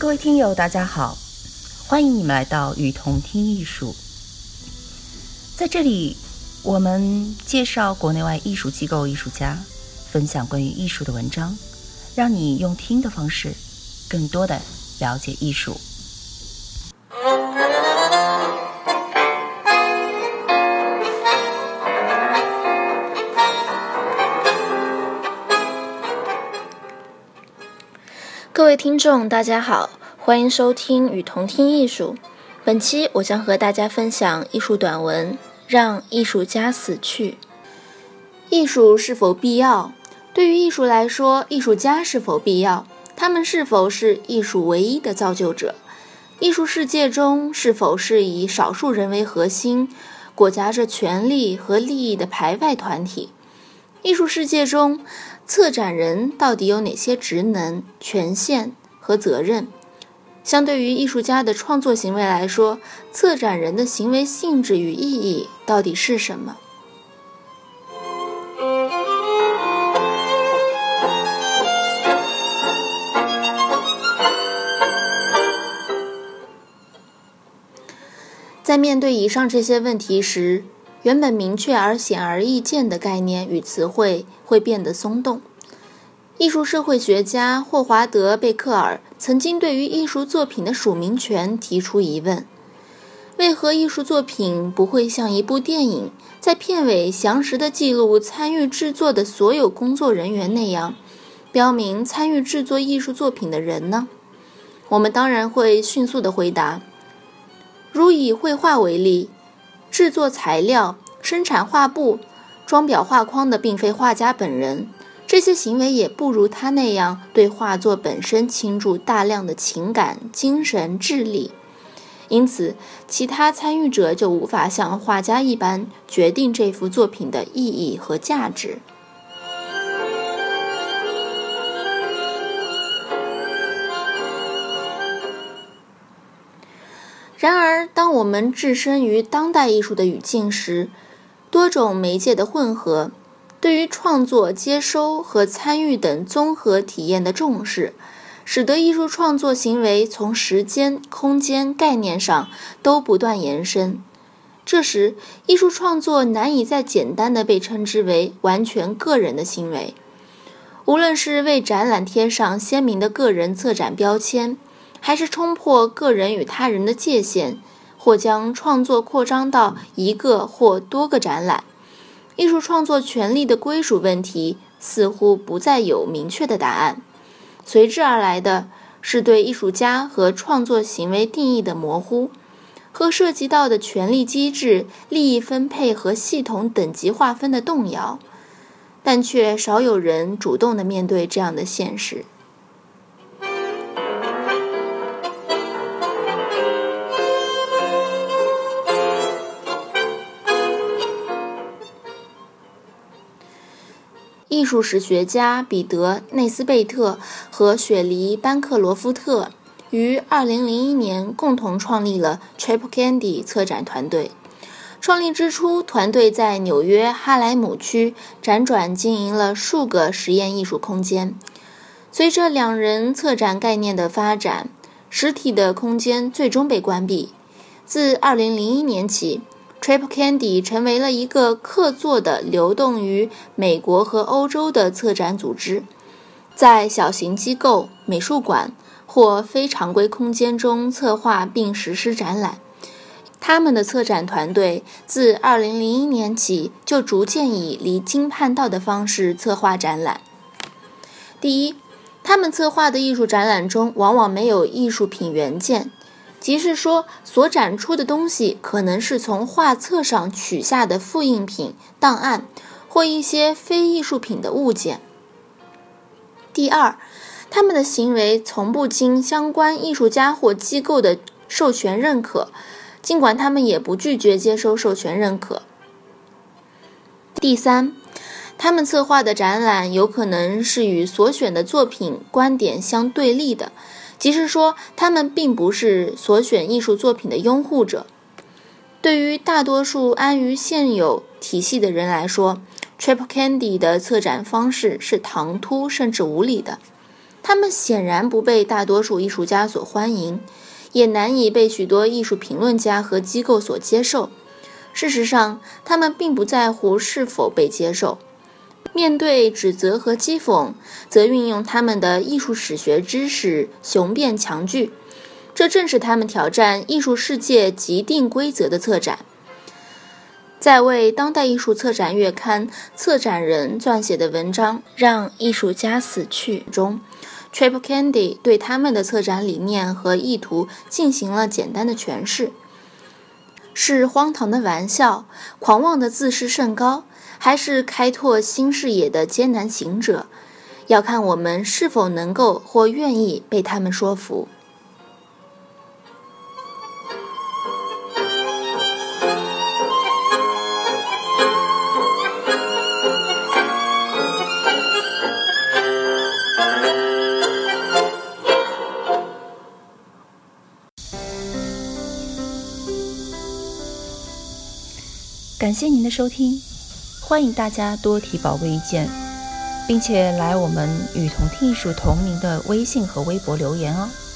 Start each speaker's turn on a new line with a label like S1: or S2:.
S1: 各位听友大家好，欢迎你们来到与同听艺术。在这里我们介绍国内外艺术机构艺术家，分享关于艺术的文章，让你用听的方式更多的了解艺术。
S2: 各位听众大家好，欢迎收听与同听艺术。本期我将和大家分享艺术短文让艺术家死去。艺术是否必要？对于艺术来说，艺术家是否必要？他们是否是艺术唯一的造就者？艺术世界中是否是以少数人为核心，裹挟着权力和利益的排外团体？艺术世界中，策展人到底有哪些职能、权限和责任？相对于艺术家的创作行为来说，策展人的行为性质与意义到底是什么？在面对以上这些问题时，原本明确而显而易见的概念与词汇会变得松动。艺术社会学家霍华德·贝克尔曾经对于艺术作品的署名权提出疑问：为何艺术作品不会像一部电影，在片尾详实地记录参与制作的所有工作人员那样，标明参与制作艺术作品的人呢？我们当然会迅速地回答，如以绘画为例，制作材料、生产画布、装裱画框的并非画家本人，这些行为也不如他那样对画作本身倾注大量的情感、精神、智力。因此，其他参与者就无法像画家一般决定这幅作品的意义和价值。然而，当我们置身于当代艺术的语境时，多种媒介的混合，对于创作、接收和参与等综合体验的重视，使得艺术创作行为从时间、空间概念上都不断延伸。这时，艺术创作难以再简单地被称之为完全个人的行为。无论是为展览贴上鲜明的个人策展标签，还是冲破个人与他人的界限，或将创作扩张到一个或多个展览，艺术创作权利的归属问题似乎不再有明确的答案。随之而来的是对艺术家和创作行为定义的模糊，和涉及到的权力机制、利益分配和系统等级划分的动摇，但却少有人主动地面对这样的现实。艺术史学家彼得·内斯贝特和雪梨·班克罗夫特于2001年共同创立了 Trip Candy 策展团队。创立之初，团队在纽约哈莱姆区辗转经营了数个实验艺术空间。随着两人策展概念的发展，实体的空间最终被关闭。自2001年起，Trip Candy 成为了一个客座的流动于美国和欧洲的策展组织，在小型机构、美术馆或非常规空间中策划并实施展览。他们的策展团队自2001年起就逐渐以离经叛道的方式策划展览。第一，他们策划的艺术展览中往往没有艺术品原件，即是说，所展出的东西可能是从画册上取下的复印品、档案或一些非艺术品的物件。第二，他们的行为从不经相关艺术家或机构的授权认可，尽管他们也不拒绝接收授权认可。第三，他们策划的展览有可能是与所选的作品观点相对立的，即是说，他们并不是所选艺术作品的拥护者。对于大多数安于现有体系的人来说，Trip Candy 的策展方式是唐突甚至无理的。 他们显然不被大多数艺术家所欢迎，也难以被许多艺术评论家和机构所接受。事实上，他们并不在乎是否被接受。面对指责和讥讽，则运用他们的艺术史学知识雄辩强据，这正是他们挑战艺术世界既定规则的策展。在为当代艺术策展月刊策展人撰写的文章《让艺术家死去》中， Triple Candy 对他们的策展理念和意图进行了简单的诠释。是荒唐的玩笑，狂妄的自视甚高，还是开拓新视野的艰难行者，要看我们是否能够或愿意被他们说服。
S1: 感谢您的收听，欢迎大家多提宝贵意见，并且来我们与同听艺术同名的微信和微博留言哦。